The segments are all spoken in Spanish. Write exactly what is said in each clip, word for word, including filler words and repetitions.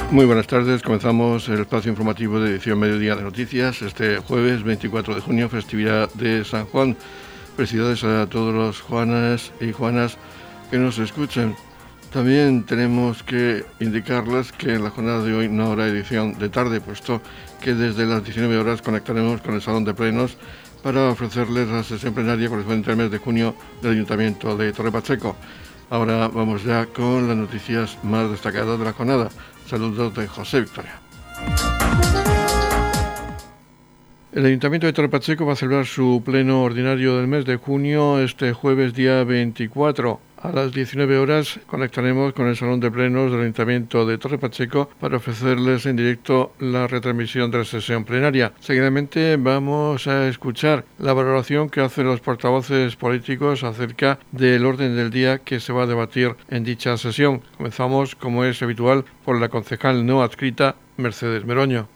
Muy buenas tardes, comenzamos el espacio informativo de edición Mediodía de Noticias este jueves veinticuatro de junio, festividad de San Juan. Felicidades a todos los juanas y juanas que nos escuchan. También tenemos que indicarles que en la jornada de hoy no habrá edición de tarde, puesto que desde las diecinueve horas conectaremos con el Salón de Plenos para ofrecerles la sesión plenaria correspondiente al mes de junio del Ayuntamiento de Torre Pacheco. Ahora vamos ya con las noticias más destacadas de la jornada. Saludos de José Victoria. El Ayuntamiento de Torre Pacheco va a celebrar su pleno ordinario del mes de junio este jueves día veinticuatro. A las diecinueve horas conectaremos con el Salón de Plenos del Ayuntamiento de Torre Pacheco para ofrecerles en directo la retransmisión de la sesión plenaria. Seguidamente vamos a escuchar la valoración que hacen los portavoces políticos acerca del orden del día que se va a debatir en dicha sesión. Comenzamos, como es habitual, por la concejal no adscrita Mercedes Meroño.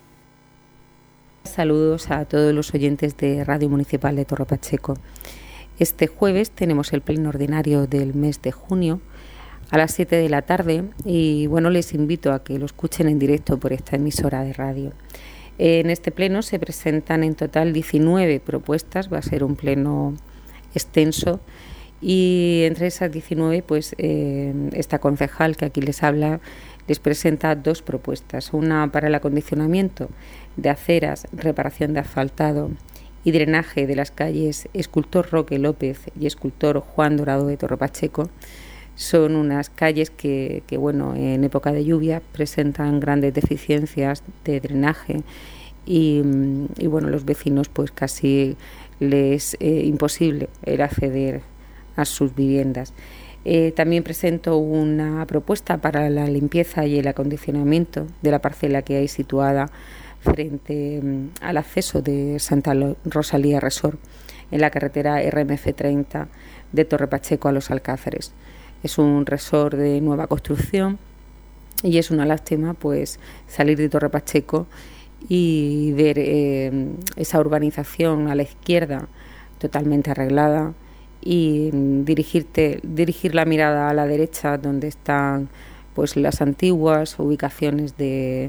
Saludos a todos los oyentes de Radio Municipal de Torre Pacheco. Este jueves tenemos el pleno ordinario del mes de junio a las siete de la tarde y bueno, les invito a que lo escuchen en directo por esta emisora de radio. En este pleno se presentan en total diecinueve propuestas, va a ser un pleno extenso y entre esas diecinueve pues eh, esta concejal que aquí les habla les presenta dos propuestas, una para el acondicionamiento de aceras, reparación de asfaltado y drenaje de las calles Escultor Roque López y Escultor Juan Dorado de Torre Pacheco. Son unas calles que, que bueno, en época de lluvia presentan grandes deficiencias de drenaje y, y bueno, los vecinos pues casi les es eh, imposible el acceder a sus viviendas. Eh, también presento una propuesta para la limpieza y el acondicionamiento de la parcela que hay situada frente um, al acceso de Santa Rosalía Resort en la carretera R M F treinta de Torre Pacheco a Los Alcázares. Es un resort de nueva construcción y es una lástima pues salir de Torre Pacheco y ver eh, esa urbanización a la izquierda totalmente arreglada y dirigirte, dirigir la mirada a la derecha donde están pues las antiguas ubicaciones de,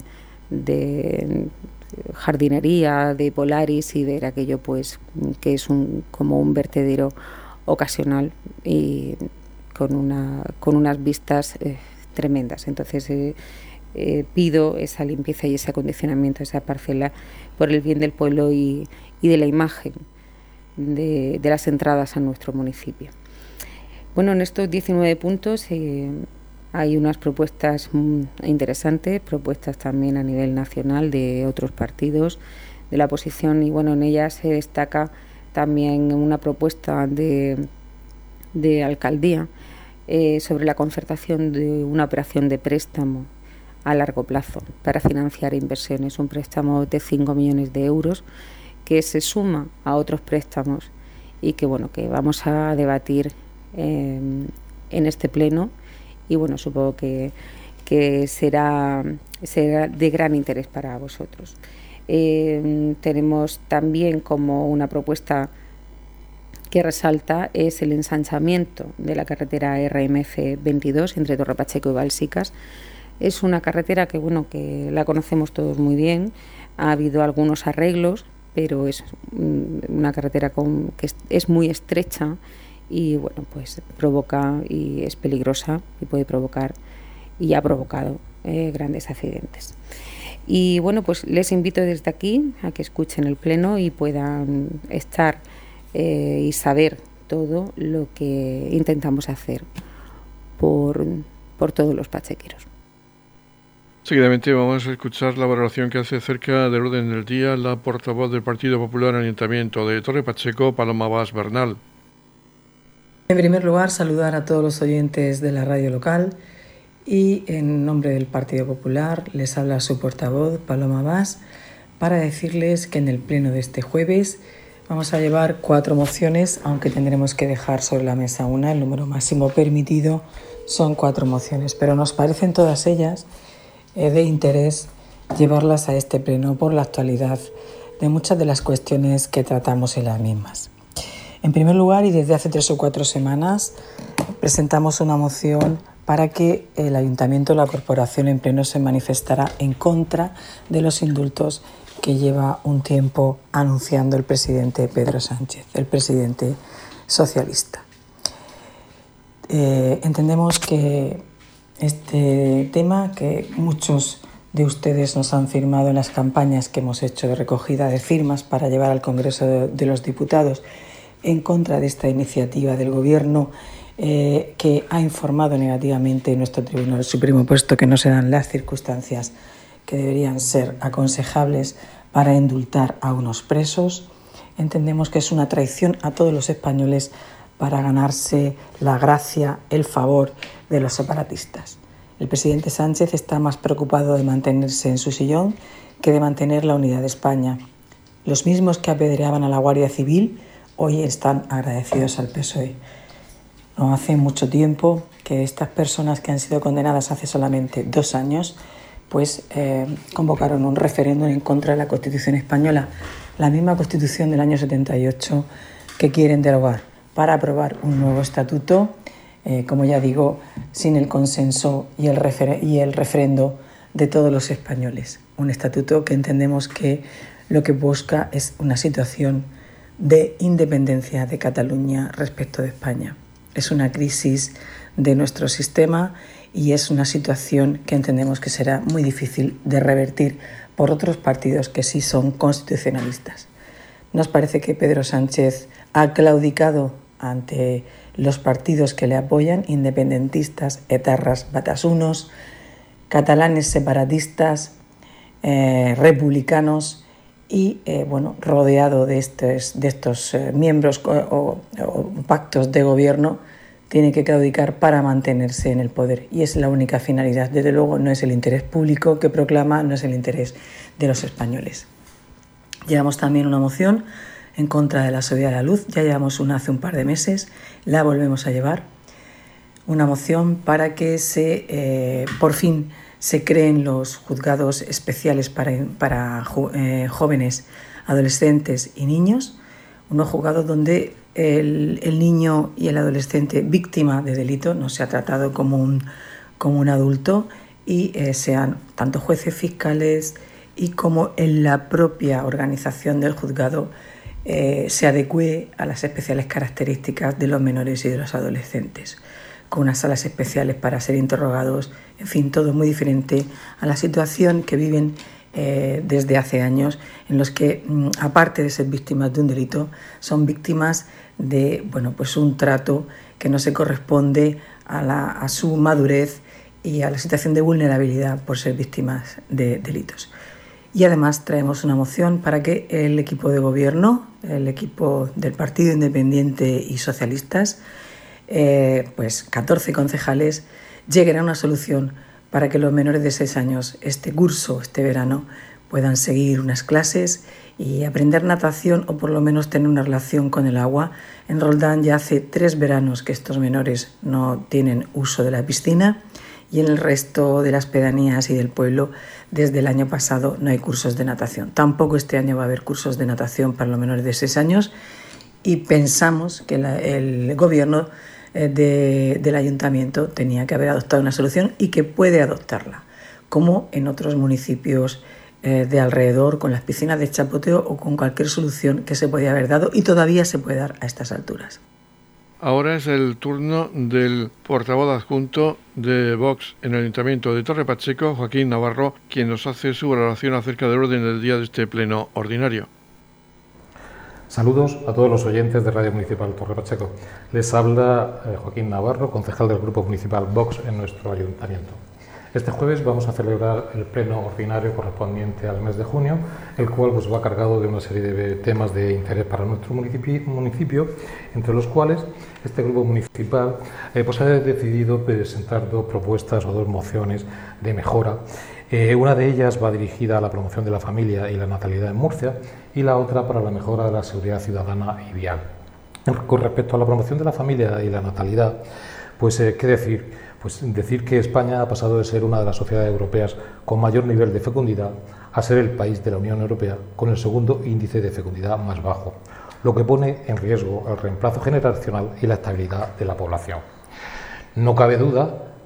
de jardinería, de Polaris y ver aquello pues que es un, como un vertedero ocasional y con, una, con unas vistas eh, tremendas. Entonces eh, eh, pido esa limpieza y ese acondicionamiento de esa parcela por el bien del pueblo y, y de la imagen De, de las entradas a nuestro municipio. Bueno, en estos diecinueve puntos eh, hay unas propuestas muy interesantes, propuestas también a nivel nacional de otros partidos de la oposición y bueno, en ellas se destaca también una propuesta de, de alcaldía eh, sobre la concertación de una operación de préstamo a largo plazo para financiar inversiones, un préstamo de cinco millones de euros que se suma a otros préstamos y que bueno que vamos a debatir eh, en este pleno y bueno supongo que, que será, será de gran interés para vosotros. Eh, tenemos también como una propuesta que resalta es el ensanchamiento de la carretera R M F veintidós entre Torre Pacheco y Balsicas. Es una carretera que bueno que la conocemos todos muy bien, ha habido algunos arreglos, pero es una carretera con, que es, es muy estrecha y bueno pues provoca y es peligrosa y puede provocar y ha provocado eh, grandes accidentes. Y bueno pues les invito desde aquí a que escuchen el pleno y puedan estar eh, y saber todo lo que intentamos hacer por, por todos los pachequeros. Seguidamente vamos a escuchar la valoración que hace acerca del orden del día la portavoz del Partido Popular en el Ayuntamiento de Torre Pacheco, Paloma Bas Bernal. En primer lugar, saludar a todos los oyentes de la radio local y en nombre del Partido Popular les habla su portavoz, Paloma Bas, para decirles que en el pleno de este jueves vamos a llevar cuatro mociones, aunque tendremos que dejar sobre la mesa una, el número máximo permitido son cuatro mociones, pero nos parecen todas ellas de interés llevarlas a este pleno por la actualidad de muchas de las cuestiones que tratamos en las mismas. En primer lugar, y desde hace tres o cuatro semanas, presentamos una moción para que el Ayuntamiento, la Corporación en pleno, se manifestará en contra de los indultos que lleva un tiempo anunciando el presidente Pedro Sánchez, el presidente socialista. Eh, entendemos que este tema, que muchos de ustedes nos han firmado en las campañas que hemos hecho de recogida de firmas para llevar al Congreso de, de los Diputados en contra de esta iniciativa del Gobierno, eh, que ha informado negativamente nuestro Tribunal Supremo, puesto que no se dan las circunstancias que deberían ser aconsejables para indultar a unos presos. Entendemos que es una traición a todos los españoles para ganarse la gracia, el favor de los separatistas. El presidente Sánchez está más preocupado de mantenerse en su sillón que de mantener la unidad de España. Los mismos que apedreaban a la Guardia Civil hoy están agradecidos al P S O E. No hace mucho tiempo que estas personas que han sido condenadas hace solamente dos años pues eh, convocaron un referéndum en contra de la Constitución española, la misma Constitución del año setenta y ocho que quieren derogar para aprobar un nuevo estatuto, eh, como ya digo, sin el consenso y el, refer- y el referendo de todos los españoles. Un estatuto que entendemos que lo que busca es una situación de independencia de Cataluña respecto de España. Es una crisis de nuestro sistema y es una situación que entendemos que será muy difícil de revertir por otros partidos que sí son constitucionalistas. Nos parece que Pedro Sánchez ha claudicado ante los partidos que le apoyan, independentistas, etarras, batasunos, catalanes separatistas, eh, republicanos y, eh, bueno, rodeado de estos, de estos eh, miembros o, o, o pactos de gobierno, tiene que claudicar para mantenerse en el poder. Y es la única finalidad. Desde luego no es el interés público que proclama, no es el interés de los españoles. Llevamos también una moción en contra de la subida de la luz. Ya llevamos una hace un par de meses, la volvemos a llevar. Una moción para que se, eh, por fin se creen los juzgados especiales para, para eh, jóvenes, adolescentes y niños. Unos juzgados donde el, el niño y el adolescente víctima de delito no se ha tratado como un, como un adulto y eh, sean tanto jueces, fiscales y como en la propia organización del juzgado eh, se adecue a las especiales características de los menores y de los adolescentes, con unas salas especiales para ser interrogados, en fin, todo muy diferente a la situación que viven Eh, desde hace años, en los que, aparte de ser víctimas de un delito, son víctimas de, bueno, pues un trato que no se corresponde a, la, a su madurez y a la situación de vulnerabilidad por ser víctimas de delitos. Y además traemos una moción para que el equipo de gobierno, el equipo del Partido Independiente y Socialistas, eh, pues catorce concejales, lleguen a una solución para que los menores de seis años este curso, este verano, puedan seguir unas clases y aprender natación o por lo menos tener una relación con el agua. En Roldán ya hace tres veranos que estos menores no tienen uso de la piscina y en el resto de las pedanías y del pueblo desde el año pasado no hay cursos de natación. Tampoco este año va a haber cursos de natación para los menores de seis años y pensamos que la, el gobierno De, del ayuntamiento tenía que haber adoptado una solución y que puede adoptarla, como en otros municipios eh, de alrededor, con las piscinas de chapoteo o con cualquier solución que se podía haber dado y todavía se puede dar a estas alturas. Ahora es el turno del portavoz adjunto de Vox en el Ayuntamiento de Torre Pacheco, Joaquín Navarro, quien nos hace su valoración acerca del orden del día de este pleno ordinario. Saludos a todos los oyentes de Radio Municipal Torre Pacheco. Les habla eh, Joaquín Navarro, concejal del Grupo Municipal Vox en nuestro ayuntamiento. Este jueves vamos a celebrar el pleno ordinario correspondiente al mes de junio, el cual pues, va cargado de una serie de temas de interés para nuestro municipio, municipio entre los cuales este grupo municipal eh, pues, ha decidido presentar dos propuestas o dos mociones de mejora. Eh, una de ellas va dirigida a la promoción de la familia y la natalidad en Murcia y la otra para la mejora de la seguridad ciudadana y vial. Con respecto a la promoción de la familia y la natalidad, pues eh, ¿qué decir? Pues decir que España ha pasado de ser una de las sociedades europeas con mayor nivel de fecundidad a ser el país de la Unión Europea con el segundo índice de fecundidad más bajo, lo que pone en riesgo el reemplazo generacional y la estabilidad de la población. No cabe duda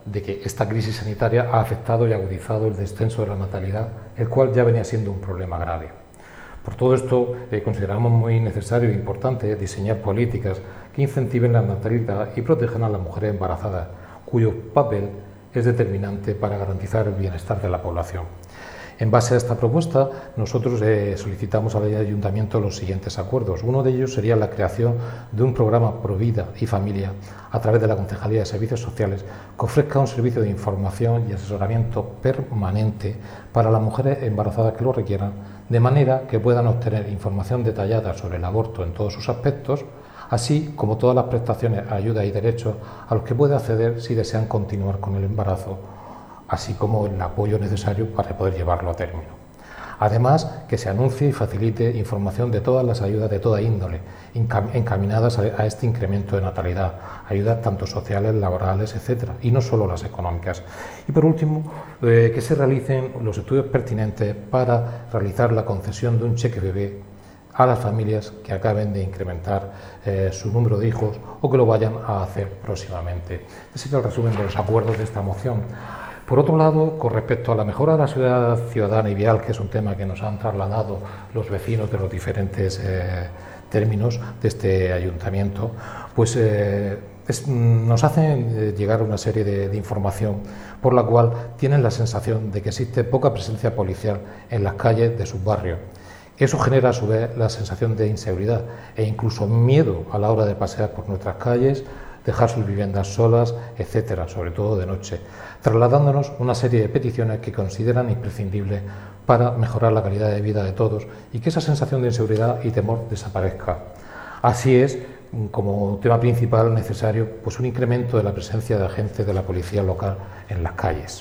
de que esta crisis sanitaria ha afectado y agudizado el descenso de la natalidad, el cual ya venía siendo un problema grave. Por todo esto, eh, consideramos muy necesario e importante diseñar políticas que incentiven la natalidad y protejan a las mujeres embarazadas, cuyo papel es determinante para garantizar el bienestar de la población. En base a esta propuesta, nosotros eh, solicitamos al Ayuntamiento los siguientes acuerdos. Uno de ellos sería la creación de un programa Provida y Familia a través de la Concejalía de Servicios Sociales que ofrezca un servicio de información y asesoramiento permanente para las mujeres embarazadas que lo requieran, de manera que puedan obtener información detallada sobre el aborto en todos sus aspectos, así como todas las prestaciones, ayudas y derechos a los que puede acceder si desean continuar con el embarazo, así como el apoyo necesario para poder llevarlo a término. Además, que se anuncie y facilite información de todas las ayudas de toda índole, encaminadas a este incremento de natalidad, ayudas tanto sociales, laborales, etcétera, y no solo las económicas. Y por último, eh, que se realicen los estudios pertinentes para realizar la concesión de un cheque bebé a las familias que acaben de incrementar eh, su número de hijos o que lo vayan a hacer próximamente. Ese es el resumen de los acuerdos de esta moción. Por otro lado, con respecto a la mejora de la seguridad ciudadana y vial, que es un tema que nos han trasladado los vecinos de los diferentes eh, términos de este ayuntamiento, pues eh, es, nos hacen llegar una serie de, de información por la cual tienen la sensación de que existe poca presencia policial en las calles de sus barrios. Eso genera a su vez la sensación de inseguridad e incluso miedo a la hora de pasear por nuestras calles, dejar sus viviendas solas, etcétera, sobre todo de noche, trasladándonos una serie de peticiones que consideran imprescindibles para mejorar la calidad de vida de todos y que esa sensación de inseguridad y temor desaparezca. Así es, como tema principal necesario, pues un incremento de la presencia de agentes de la policía local en las calles.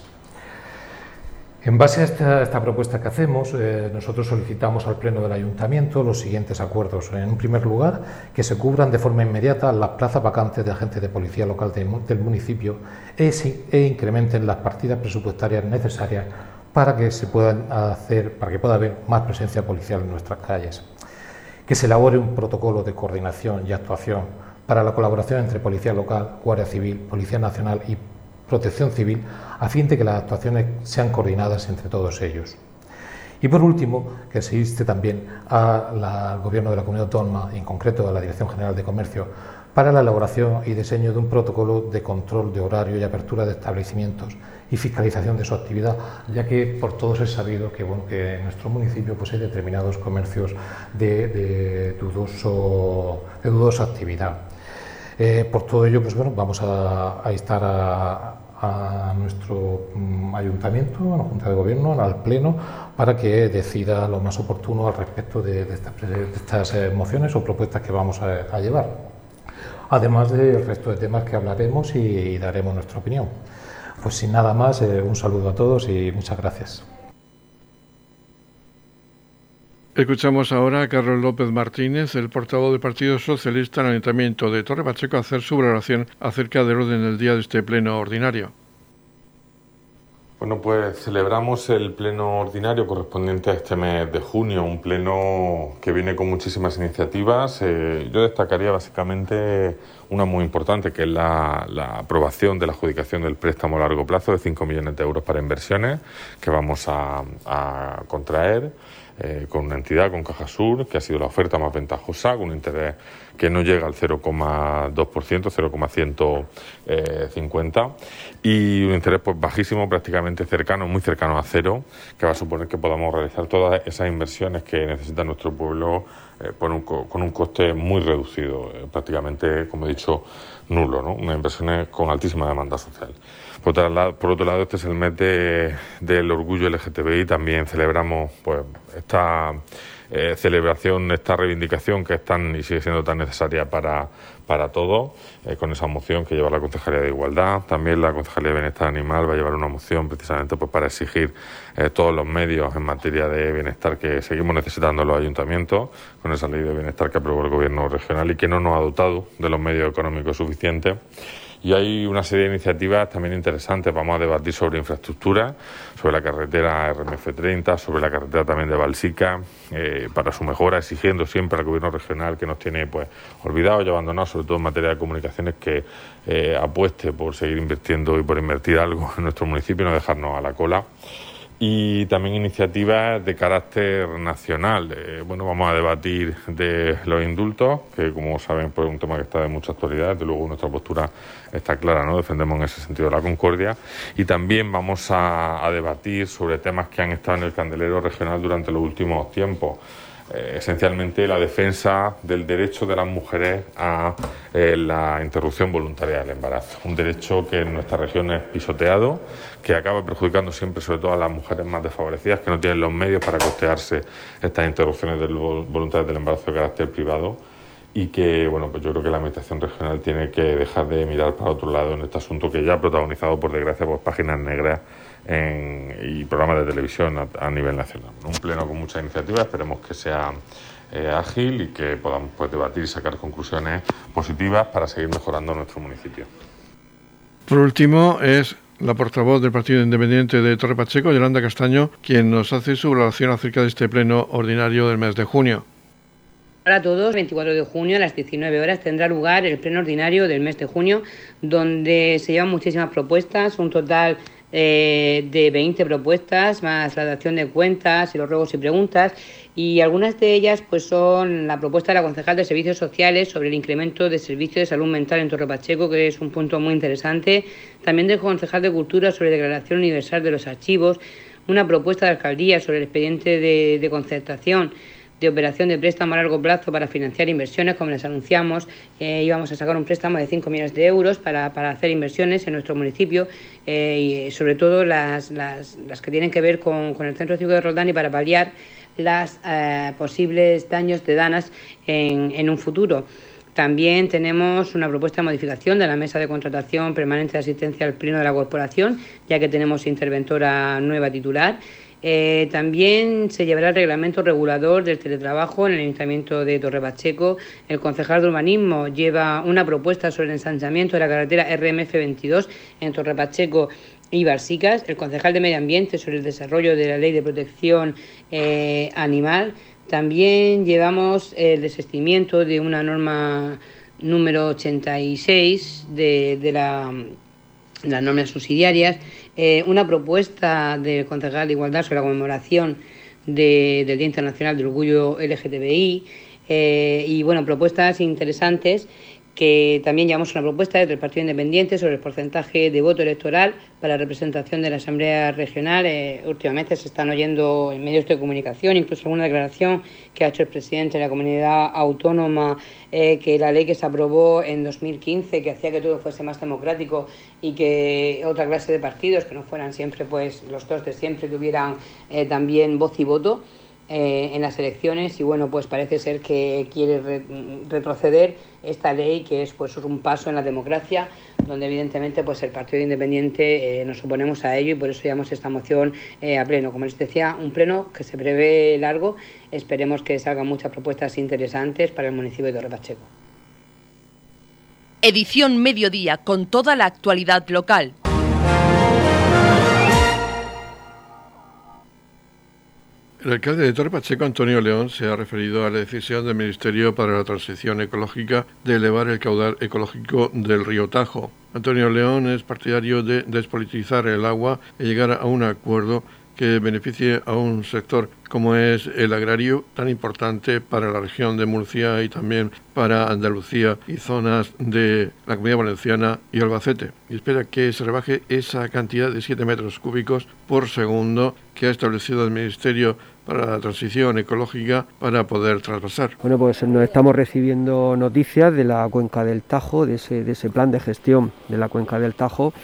En base a esta, esta propuesta que hacemos, eh, nosotros solicitamos al Pleno del Ayuntamiento los siguientes acuerdos. En un primer lugar, que se cubran de forma inmediata las plazas vacantes de agentes de policía local de, del municipio e, e incrementen las partidas presupuestarias necesarias para que se puedan hacer, para que pueda haber más presencia policial en nuestras calles. Que se elabore un protocolo de coordinación y actuación para la colaboración entre Policía Local, Guardia Civil, Policía Nacional y Protección Civil, a fin de que las actuaciones sean coordinadas entre todos ellos. Y por último, que se inste también a la, al Gobierno de la Comunidad Autónoma, en concreto a la Dirección General de Comercio, para la elaboración y diseño de un protocolo de control de horario y apertura de establecimientos y fiscalización de su actividad, ya que por todos es sabido que, bueno, que en nuestro municipio pues, hay determinados comercios de, de, dudoso, de dudosa actividad. Eh, por todo ello, pues bueno, vamos a, a instar a, a nuestro um, ayuntamiento, a la Junta de Gobierno, al Pleno, para que decida lo más oportuno al respecto de, de, esta, de estas eh, mociones o propuestas que vamos a, a llevar, además del resto de temas que hablaremos y, y daremos nuestra opinión. Pues sin nada más, eh, un saludo a todos y muchas gracias. Escuchamos ahora a Carlos López Martínez, el portavoz del Partido Socialista en el Ayuntamiento de Torre Pacheco, hacer su valoración acerca del orden del día de este pleno ordinario. Bueno, pues celebramos el pleno ordinario correspondiente a este mes de junio, un pleno que viene con muchísimas iniciativas. Eh, yo destacaría básicamente una muy importante, que es la, la aprobación de la adjudicación del préstamo a largo plazo de cinco millones de euros para inversiones que vamos a, a contraer. Eh, con una entidad, con Cajasur, que ha sido la oferta más ventajosa, con un interés que no llega al cero coma dos por ciento, cero coma ciento cincuenta, y un interés pues bajísimo, prácticamente cercano, muy cercano a cero, que va a suponer que podamos realizar todas esas inversiones que necesita nuestro pueblo eh, por un, con un coste muy reducido, eh, prácticamente, como he dicho, nulo, ¿no? Unas inversiones con altísima demanda social. Por otro lado, por otro lado este es el mes de, del orgullo L G T B I. También celebramos pues esta eh, celebración, esta reivindicación que es tan y sigue siendo tan necesaria para, para todos, eh, con esa moción que lleva la Concejalía de Igualdad. También la Concejalía de Bienestar Animal va a llevar una moción precisamente pues, para exigir eh, todos los medios en materia de bienestar que seguimos necesitando en los ayuntamientos, con esa ley de bienestar que aprobó el Gobierno regional y que no nos ha dotado de los medios económicos suficientes. Y hay una serie de iniciativas también interesantes. Vamos a debatir sobre infraestructura, sobre la carretera R M F treinta, sobre la carretera también de Balsica, eh, para su mejora, exigiendo siempre al gobierno regional, que nos tiene pues olvidados y abandonados, sobre todo en materia de comunicaciones, que eh, apueste por seguir invirtiendo y por invertir algo en nuestro municipio y no dejarnos a la cola. Y también iniciativas de carácter nacional. Eh, bueno, vamos a debatir de los indultos, que como saben pues es un tema que está de mucha actualidad. Desde luego nuestra postura está clara, ¿no? Defendemos en ese sentido la concordia. Y también vamos a, a debatir sobre temas que han estado en el candelero regional durante los últimos tiempos. Eh, esencialmente la defensa del derecho de las mujeres a eh, la interrupción voluntaria del embarazo, un derecho que en nuestra región es pisoteado, que acaba perjudicando siempre sobre todo a las mujeres más desfavorecidas, que no tienen los medios para costearse estas interrupciones del voluntarias del embarazo de carácter privado, y que bueno, pues yo creo que la administración regional tiene que dejar de mirar para otro lado en este asunto, que ya ha protagonizado por desgracia por páginas negras En, y programas de televisión a, a nivel nacional. Un pleno con muchas iniciativas, esperemos que sea eh, ágil y que podamos pues, debatir y sacar conclusiones positivas para seguir mejorando nuestro municipio. Por último, es la portavoz del Partido Independiente de Torre Pacheco, Yolanda Castaño, quien nos hace su valoración acerca de este pleno ordinario del mes de junio. Hola a todos, veinticuatro de junio a las diecinueve horas tendrá lugar el pleno ordinario del mes de junio, donde se llevan muchísimas propuestas, un total Eh, de veinte propuestas, más la dación de cuentas y los ruegos y preguntas, y algunas de ellas pues son la propuesta de la concejal de Servicios Sociales sobre el incremento de servicios de salud mental en Torre Pacheco, que es un punto muy interesante, también del concejal de Cultura sobre declaración universal de los archivos, una propuesta de alcaldía sobre el expediente de, de concertación de operación de préstamo a largo plazo para financiar inversiones, como les anunciamos, eh, íbamos a sacar un préstamo de cinco millones de euros para, para hacer inversiones en nuestro municipio, eh, y sobre todo las, las, las que tienen que ver con, con el Centro Cívico de Roldán y para paliar los eh, posibles daños de danas en, en un futuro. También tenemos una propuesta de modificación de la mesa de contratación permanente de asistencia al pleno de la corporación, ya que tenemos interventora nueva titular. Eh, también se llevará el reglamento regulador del teletrabajo en el Ayuntamiento de Torre Pacheco. El concejal de Urbanismo lleva una propuesta sobre el ensanchamiento de la carretera R M F veintidós en Torre Pacheco y Barsicas. El concejal de Medio Ambiente sobre el desarrollo de la Ley de Protección eh, Animal. También llevamos el desistimiento de una norma número ochenta y seis de, de la, las normas subsidiarias. Eh, una propuesta del concejal de Igualdad sobre la conmemoración de, del Día Internacional del Orgullo L G T B I, eh, y bueno, propuestas interesantes, que también llevamos una propuesta desde el Partido Independiente sobre el porcentaje de voto electoral para la representación de la Asamblea Regional. Eh, últimamente se están oyendo en medios de comunicación, incluso alguna declaración que ha hecho el presidente de la comunidad autónoma, eh, que la ley que se aprobó en dos mil quince, que hacía que todo fuese más democrático y que otra clase de partidos, que no fueran siempre pues los dos de siempre, tuvieran eh, también voz y voto Eh, en las elecciones, y bueno, pues parece ser que quiere re retroceder esta ley, que es pues un paso en la democracia, donde evidentemente pues el Partido Independiente eh, nos oponemos a ello, y por eso llevamos esta moción eh, a pleno. Como les decía, un pleno que se prevé largo, esperemos que salgan muchas propuestas interesantes para el municipio de Torre Pacheco. Edición Mediodía, con toda la actualidad local. El alcalde de Torre Pacheco, Antonio León, se ha referido a la decisión del Ministerio para la Transición Ecológica de elevar el caudal ecológico del río Tajo. Antonio León es partidario de despolitizar el agua y llegar a un acuerdo que beneficie a un sector como es el agrario, tan importante para la región de Murcia y también para Andalucía y zonas de la Comunidad Valenciana y Albacete. Y espera que se rebaje esa cantidad de siete metros cúbicos por segundo que ha establecido el Ministerio para la Transición Ecológica para poder traspasar. Bueno, pues nos estamos recibiendo noticias de la cuenca del Tajo, de ese, de ese plan de gestión de la cuenca del Tajo,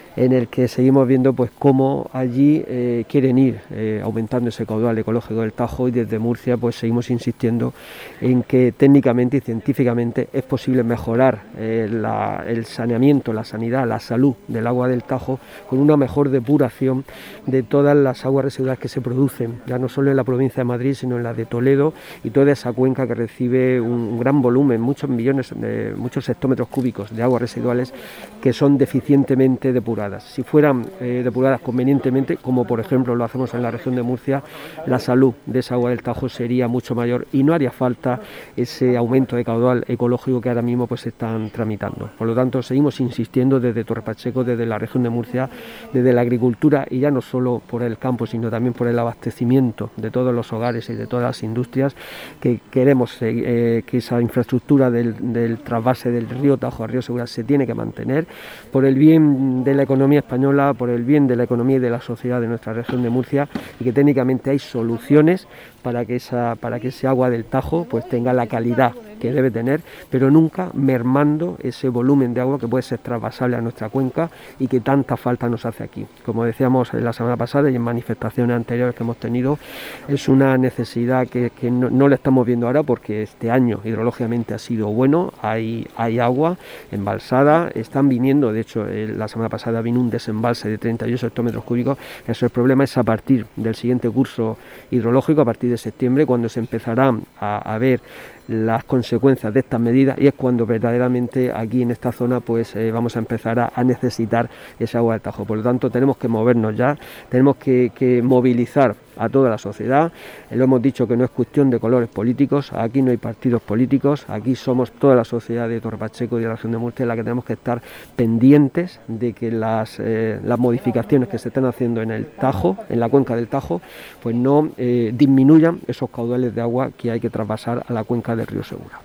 en el que seguimos viendo pues cómo allí eh, quieren ir eh, aumentando ese caudal ecológico del Tajo, y desde Murcia pues seguimos insistiendo en que técnicamente y científicamente es posible mejorar eh, la, el saneamiento, la sanidad, la salud del agua del Tajo con una mejor depuración de todas las aguas residuales que se producen, ya no solo en la provincia de Madrid, sino en la de Toledo y toda esa cuenca que recibe un, un gran volumen, muchos millones, de, muchos hectómetros cúbicos de aguas residuales que son deficientemente depuradas. Si fueran eh, depuradas convenientemente, como por ejemplo lo hacemos en la región de Murcia, la salud de esa agua del Tajo sería mucho mayor y no haría falta ese aumento de caudal ecológico que ahora mismo pues se están tramitando. Por lo tanto, seguimos insistiendo desde Torre Pacheco, desde la región de Murcia, desde la agricultura, y ya no solo por el campo, sino también por el abastecimiento de todos los hogares y de todas las industrias, que queremos eh, que esa infraestructura del, del trasvase del río Tajo al río Segura se tiene que mantener por el bien de la economía española, por el bien de la economía y de la sociedad de nuestra región de Murcia, y que técnicamente hay soluciones para que esa para que ese agua del Tajo pues tenga la calidad que debe tener, pero nunca mermando ese volumen de agua que puede ser trasvasable a nuestra cuenca y que tanta falta nos hace aquí. Como decíamos la semana pasada y en manifestaciones anteriores que hemos tenido, es una necesidad que, que no, no la estamos viendo ahora, porque este año hidrológicamente ha sido bueno, hay, hay agua embalsada, están viniendo, de hecho eh, la semana pasada vino un desembalse de treinta y ocho hectómetros cúbicos. Eso, el problema es a partir del siguiente curso hidrológico, a partir de septiembre, cuando se empezarán a, a ver las consecuencias de estas medidas, y es cuando verdaderamente aquí en esta zona pues eh, vamos a empezar a, a necesitar esa agua del Tajo. Por lo tanto, tenemos que movernos ya, tenemos que, que movilizar a toda la sociedad. Eh, lo hemos dicho que no es cuestión de colores políticos, aquí no hay partidos políticos, aquí somos toda la sociedad de Torre Pacheco y de la región de Murcia la que tenemos que estar pendientes de que las, eh, las modificaciones que se están haciendo en el Tajo, en la cuenca del Tajo, pues no eh, disminuyan esos caudales de agua que hay que traspasar a la cuenca del río Segura.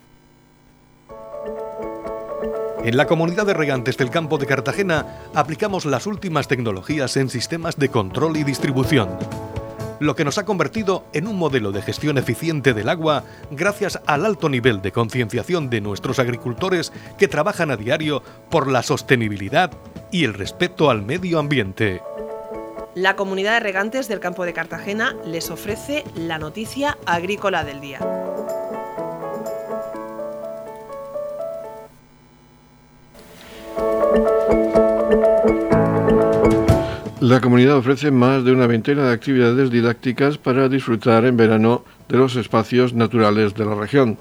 En la Comunidad de Regantes del Campo de Cartagena aplicamos las últimas tecnologías en sistemas de control y distribución, lo que nos ha convertido en un modelo de gestión eficiente del agua gracias al alto nivel de concienciación de nuestros agricultores que trabajan a diario por la sostenibilidad y el respeto al medio ambiente. La Comunidad de Regantes del Campo de Cartagena les ofrece la noticia agrícola del día. La comunidad ofrece más de una veintena de actividades didácticas para disfrutar en verano de los espacios naturales de la región.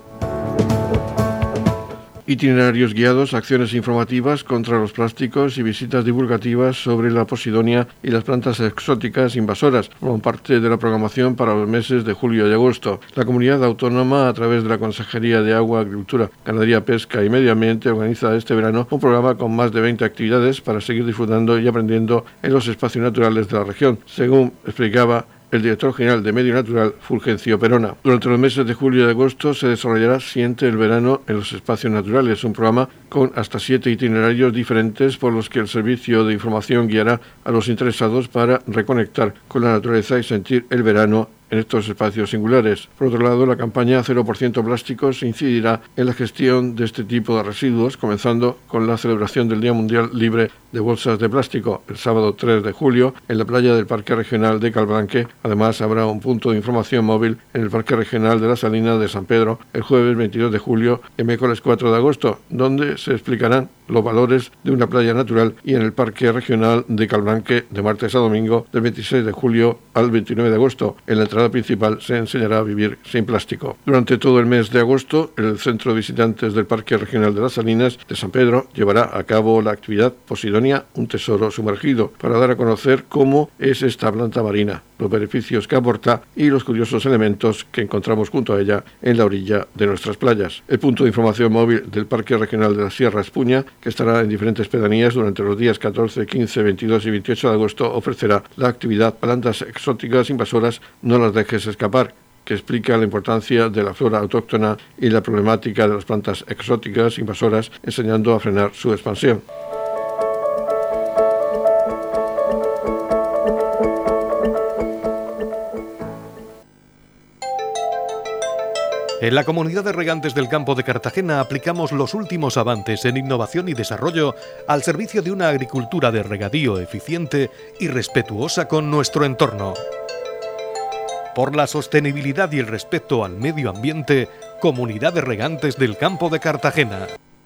Itinerarios guiados, acciones informativas contra los plásticos y visitas divulgativas sobre la posidonia y las plantas exóticas invasoras forman parte de la programación para los meses de julio y agosto. La comunidad autónoma, a través de la Consejería de Agua, Agricultura, Ganadería, Pesca y Medio Ambiente, organiza este verano un programa con más de veinte actividades para seguir disfrutando y aprendiendo en los espacios naturales de la región, según explicaba el director general de Medio Natural, Fulgencio Perona. Durante los meses de julio y de agosto se desarrollará Siente el Verano en los Espacios Naturales, un programa con hasta siete itinerarios diferentes por los que el Servicio de Información guiará a los interesados para reconectar con la naturaleza y sentir el verano en estos espacios singulares. Por otro lado, la campaña cero por ciento plásticos incidirá en la gestión de este tipo de residuos, comenzando con la celebración del Día Mundial Libre de Bolsas de Plástico el sábado tres de julio en la playa del Parque Regional de Calblanque. Además, habrá un punto de información móvil en el Parque Regional de las Salinas de San Pedro el jueves veintidós de julio y miércoles cuatro de agosto, donde se explicarán los valores de una playa natural, y en el Parque Regional de Calblanque de martes a domingo del veintiséis de julio al veintinueve de agosto. En la entrada principal se enseñará a vivir sin plástico. Durante todo el mes de agosto, el Centro de Visitantes del Parque Regional de las Salinas de San Pedro llevará a cabo la actividad Posidonia, un tesoro sumergido, para dar a conocer cómo es esta planta marina, los beneficios que aporta y los curiosos elementos que encontramos junto a ella en la orilla de nuestras playas. El punto de información móvil del Parque Regional de la Sierra Espuña, que estará en diferentes pedanías durante los días catorce, quince, veintidós y veintiocho de agosto, ofrecerá la actividad Plantas Exóticas Invasoras, no las dejes escapar, que explica la importancia de la flora autóctona y la problemática de las plantas exóticas invasoras, enseñando a frenar su expansión. En la Comunidad de Regantes del Campo de Cartagena aplicamos los últimos avances en innovación y desarrollo al servicio de una agricultura de regadío eficiente y respetuosa con nuestro entorno. Por la sostenibilidad y el respeto al medio ambiente, Comunidad de Regantes del Campo de Cartagena.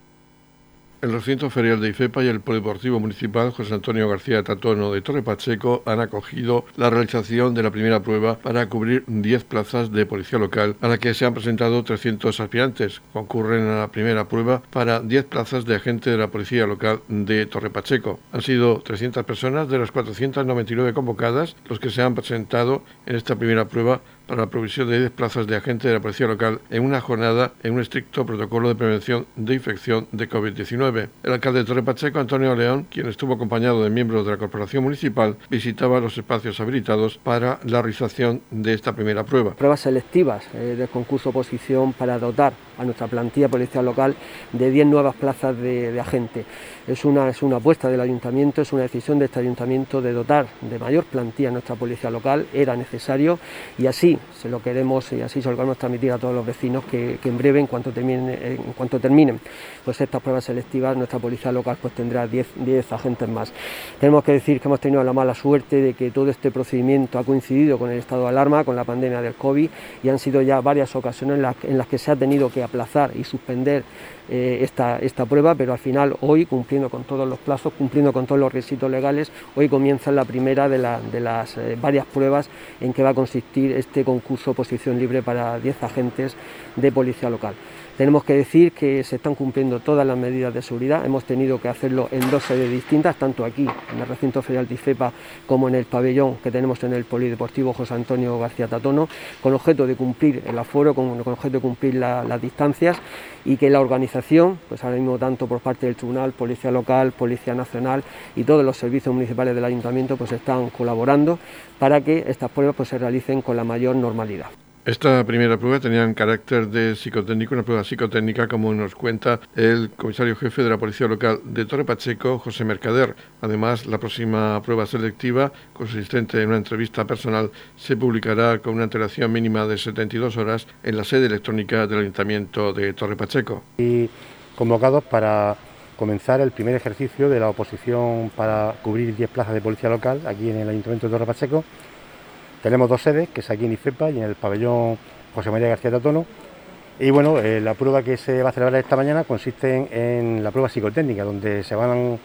El recinto ferial de IFEPA y el Polideportivo Municipal José Antonio García Tatono de Torre Pacheco han acogido la realización de la primera prueba para cubrir diez plazas de policía local, a la que se han presentado trescientos aspirantes. Concurren a la primera prueba para diez plazas de agente de la policía local de Torre Pacheco. Han sido trescientas personas de las cuatrocientas noventa y nueve convocadas los que se han presentado en esta primera prueba para la provisión de diez plazas de agente de la policía local en una jornada en un estricto protocolo de prevención de infección de COVID diecinueve. El alcalde de Torre Pacheco, Antonio León, quien estuvo acompañado de miembros de la corporación municipal, visitaba los espacios habilitados para la realización de esta primera prueba. Pruebas selectivas eh, del concurso oposición para dotar a nuestra plantilla policial local de diez nuevas plazas de, de agente. Es una, es una apuesta del ayuntamiento, es una decisión de este ayuntamiento de dotar de mayor plantilla a nuestra policía local, era necesario y así se lo queremos y así se lo queremos transmitir a todos los vecinos que, que en breve, en cuanto terminen, en cuanto terminen pues estas pruebas selectivas, nuestra policía local pues tendrá diez agentes más. Tenemos que decir que hemos tenido la mala suerte de que todo este procedimiento ha coincidido con el estado de alarma, con la pandemia del COVID, y han sido ya varias ocasiones en las, en las que se ha tenido que aplazar y suspender eh, esta, esta prueba, pero al final hoy, cumpliendo con todos los plazos, cumpliendo con todos los requisitos legales, hoy comienza la primera de, la, de las eh, varias pruebas en que va a consistir este concurso oposición libre para diez agentes de policía local. Tenemos que decir que se están cumpliendo todas las medidas de seguridad, hemos tenido que hacerlo en dos sedes distintas, tanto aquí en el recinto ferial de IFEPA como en el pabellón que tenemos en el Polideportivo José Antonio García Tatono, con objeto de cumplir el aforo, con, con objeto de cumplir la, las distancias, y que la organización, pues ahora mismo tanto por parte del Tribunal, Policía Local, Policía Nacional y todos los servicios municipales del Ayuntamiento pues están colaborando para que estas pruebas pues se realicen con la mayor normalidad. Esta primera prueba tenía un carácter de psicotécnico, una prueba psicotécnica, como nos cuenta el comisario jefe de la Policía Local de Torre Pacheco, José Mercader. Además, la próxima prueba selectiva, consistente en una entrevista personal, se publicará con una antelación mínima de setenta y dos horas en la sede electrónica del Ayuntamiento de Torre Pacheco. Y convocados para comenzar el primer ejercicio de la oposición para cubrir diez plazas de policía local aquí en el Ayuntamiento de Torre Pacheco. Tenemos dos sedes, que es aquí en IFEPA y en el pabellón José María García Tatono. Y bueno, eh, la prueba que se va a celebrar esta mañana consiste en, en la prueba psicotécnica, donde se van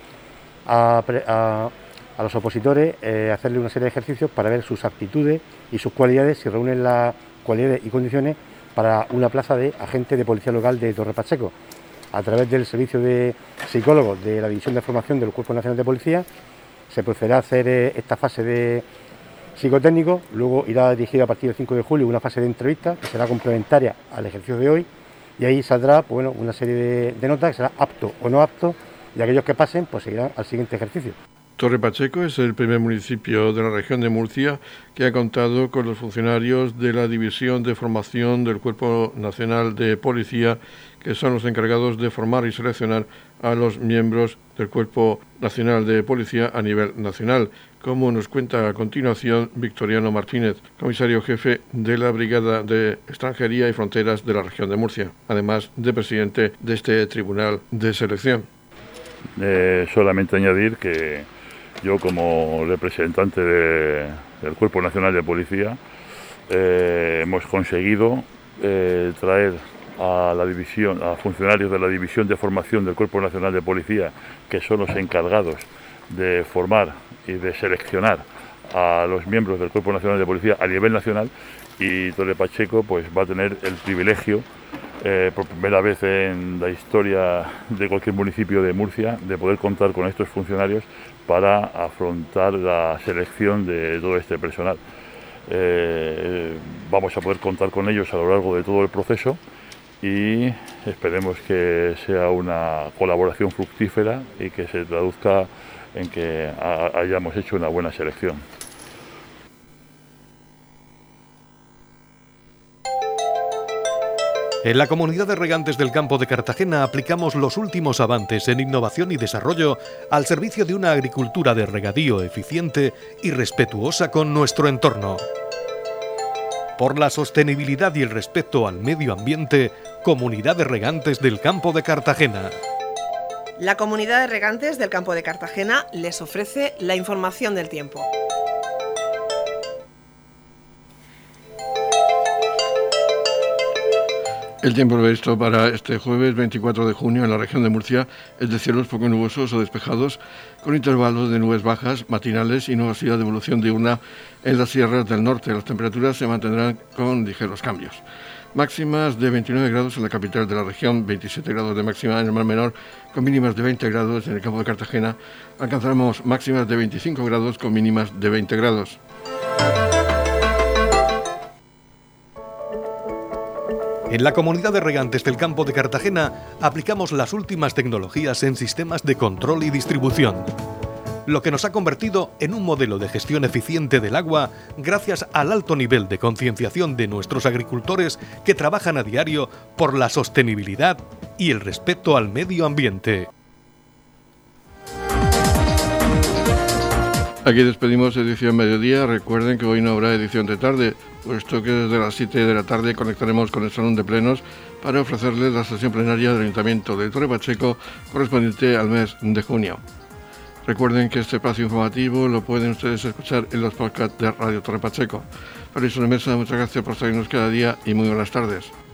a, a, a los opositores eh, a hacerle una serie de ejercicios para ver sus aptitudes y sus cualidades, si reúnen las cualidades y condiciones para una plaza de agente de policía local de Torre Pacheco. A través del servicio de psicólogos de la División de Formación del Cuerpo Nacional de Policía se procederá a hacer eh, esta fase de psicotécnico, luego irá dirigida a partir del cinco de julio una fase de entrevista que será complementaria al ejercicio de hoy, y ahí saldrá pues, bueno, una serie de, de notas que será apto o no apto, y aquellos que pasen pues seguirán al siguiente ejercicio. Torre Pacheco es el primer municipio de la región de Murcia que ha contado con los funcionarios de la División de Formación del Cuerpo Nacional de Policía, que son los encargados de formar y seleccionar a los miembros del Cuerpo Nacional de Policía a nivel nacional, como nos cuenta a continuación Victoriano Martínez, comisario jefe de la Brigada de Extranjería y Fronteras de la región de Murcia, además de presidente de este Tribunal de Selección. Eh, solamente añadir que yo, como representante de, del Cuerpo Nacional de Policía, eh, hemos conseguido eh, traer a la división, a funcionarios de la División de Formación del Cuerpo Nacional de Policía, que son los encargados de formar y de seleccionar a los miembros del Cuerpo Nacional de Policía a nivel nacional, y Torre Pacheco pues va a tener el privilegio, eh, por primera vez en la historia de cualquier municipio de Murcia, de poder contar con estos funcionarios para afrontar la selección de todo este personal. Eh, vamos a poder contar con ellos a lo largo de todo el proceso y esperemos que sea una colaboración fructífera y que se traduzca en que hayamos hecho una buena selección. En la Comunidad de Regantes del Campo de Cartagena aplicamos los últimos avances en innovación y desarrollo al servicio de una agricultura de regadío eficiente y respetuosa con nuestro entorno. por la sostenibilidad y el respeto al medio ambiente, Comunidad de Regantes del Campo de Cartagena. La Comunidad de Regantes del Campo de Cartagena les ofrece la información del tiempo. El tiempo previsto para este jueves veinticuatro de junio en la región de Murcia es de cielos poco nubosos o despejados, con intervalos de nubes bajas, matinales y nubosidad de evolución diurna en las sierras del norte. Las temperaturas se mantendrán con ligeros cambios. Máximas de veintinueve grados en la capital de la región, veintisiete grados de máxima en el Mar Menor, con mínimas de veinte grados en el campo de Cartagena. Alcanzaremos máximas de veinticinco grados con mínimas de veinte grados. En la Comunidad de Regantes del Campo de Cartagena aplicamos las últimas tecnologías en sistemas de control y distribución, lo que nos ha convertido en un modelo de gestión eficiente del agua gracias al alto nivel de concienciación de nuestros agricultores que trabajan a diario por la sostenibilidad y el respeto al medio ambiente. Aquí despedimos edición mediodía. Recuerden que hoy no habrá edición de tarde, puesto que desde las siete de la tarde conectaremos con el Salón de Plenos para ofrecerles la sesión plenaria del Ayuntamiento de Torre Pacheco correspondiente al mes de junio. Recuerden que este espacio informativo lo pueden ustedes escuchar en los podcasts de Radio Torre Pacheco. Feliz Mesa, muchas gracias por seguirnos cada día y muy buenas tardes.